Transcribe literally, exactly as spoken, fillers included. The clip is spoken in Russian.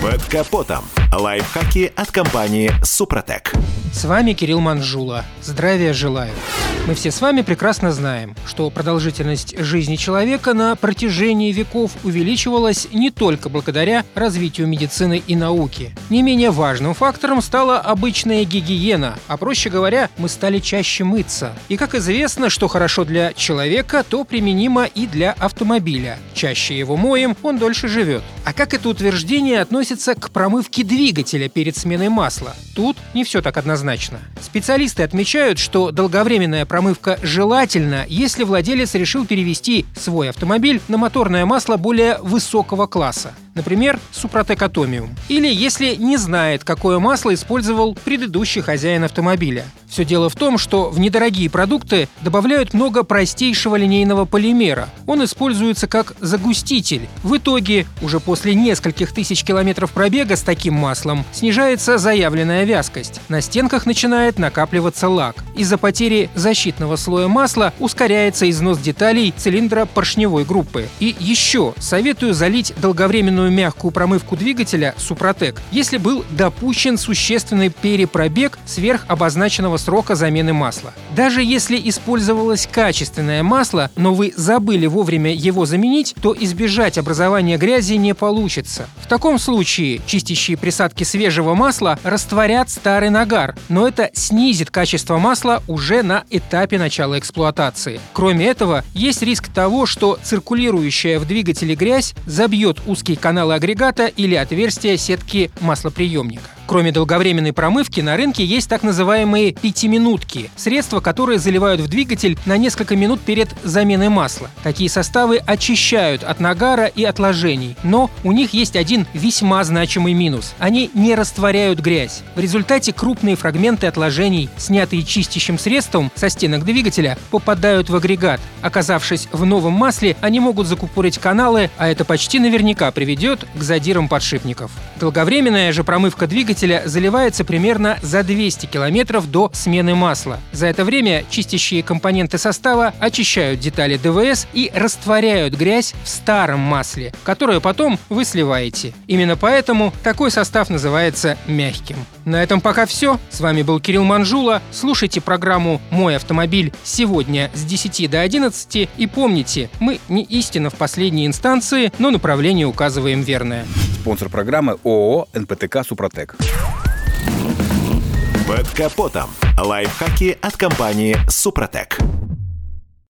Под капотом. Лайфхаки от компании «Супротек». С вами Кирилл Манжула. Здравия желаю. Мы все с вами прекрасно знаем, что продолжительность жизни человека на протяжении веков увеличивалась не только благодаря развитию медицины и науки. Не менее важным фактором стала обычная гигиена, а проще говоря, мы стали чаще мыться. И как известно, что хорошо для человека, то применимо и для автомобиля. Чаще его моем, он дольше живет. А как это утверждение относится к промывке двигателя перед сменой масла? Тут не все так однозначно. Специалисты отмечают, что долговременная промывка желательна, если владелец решил перевести свой автомобиль на моторное масло более высокого класса. Например, Супротек Атомиум. Или если не знает, какое масло использовал предыдущий хозяин автомобиля. Все дело в том, что в недорогие продукты добавляют много простейшего линейного полимера. Он используется как загуститель. В итоге, уже после нескольких тысяч километров пробега с таким маслом снижается заявленная вязкость. На стенках начинает накапливаться лак. Из-за потери защитного слоя масла ускоряется износ деталей цилиндра поршневой группы. И еще советую залить долговременную мягкую промывку двигателя Супротек, если был допущен существенный перепробег сверх обозначенного срока замены масла. Даже если использовалось качественное масло, но вы забыли вовремя его заменить, то избежать образования грязи не получится. В таком случае чистящие присадки свежего масла растворят старый нагар, но это снизит качество масла уже на этапе начала эксплуатации. Кроме этого, есть риск того, что циркулирующая в двигателе грязь забьет узкий канал агрегата или отверстия сетки маслоприемника. Кроме долговременной промывки, на рынке есть так называемые пятиминутки – средства, которые заливают в двигатель на несколько минут перед заменой масла. Такие составы очищают от нагара и отложений, но у них есть один весьма значимый минус – они не растворяют грязь. В результате крупные фрагменты отложений, снятые чистящим средством со стенок двигателя, попадают в агрегат. Оказавшись в новом масле, они могут закупорить каналы, а это почти наверняка приведет к задирам подшипников. Долговременная же промывка двигателя заливается примерно за двести километров до смены масла. За это время чистящие компоненты состава очищают детали ДВС и растворяют грязь в старом масле, которое потом вы сливаете. Именно поэтому такой состав называется мягким. На этом пока все. С вами был Кирилл Манжула. Слушайте программу «Мой автомобиль» сегодня с десяти до одиннадцати. И помните, мы не истина в последней инстанции, но направление указываем верное. Спонсор программы ООО «эн пэ тэ ка Супротек». Под капотом. Лайфхаки от компании «Супротек».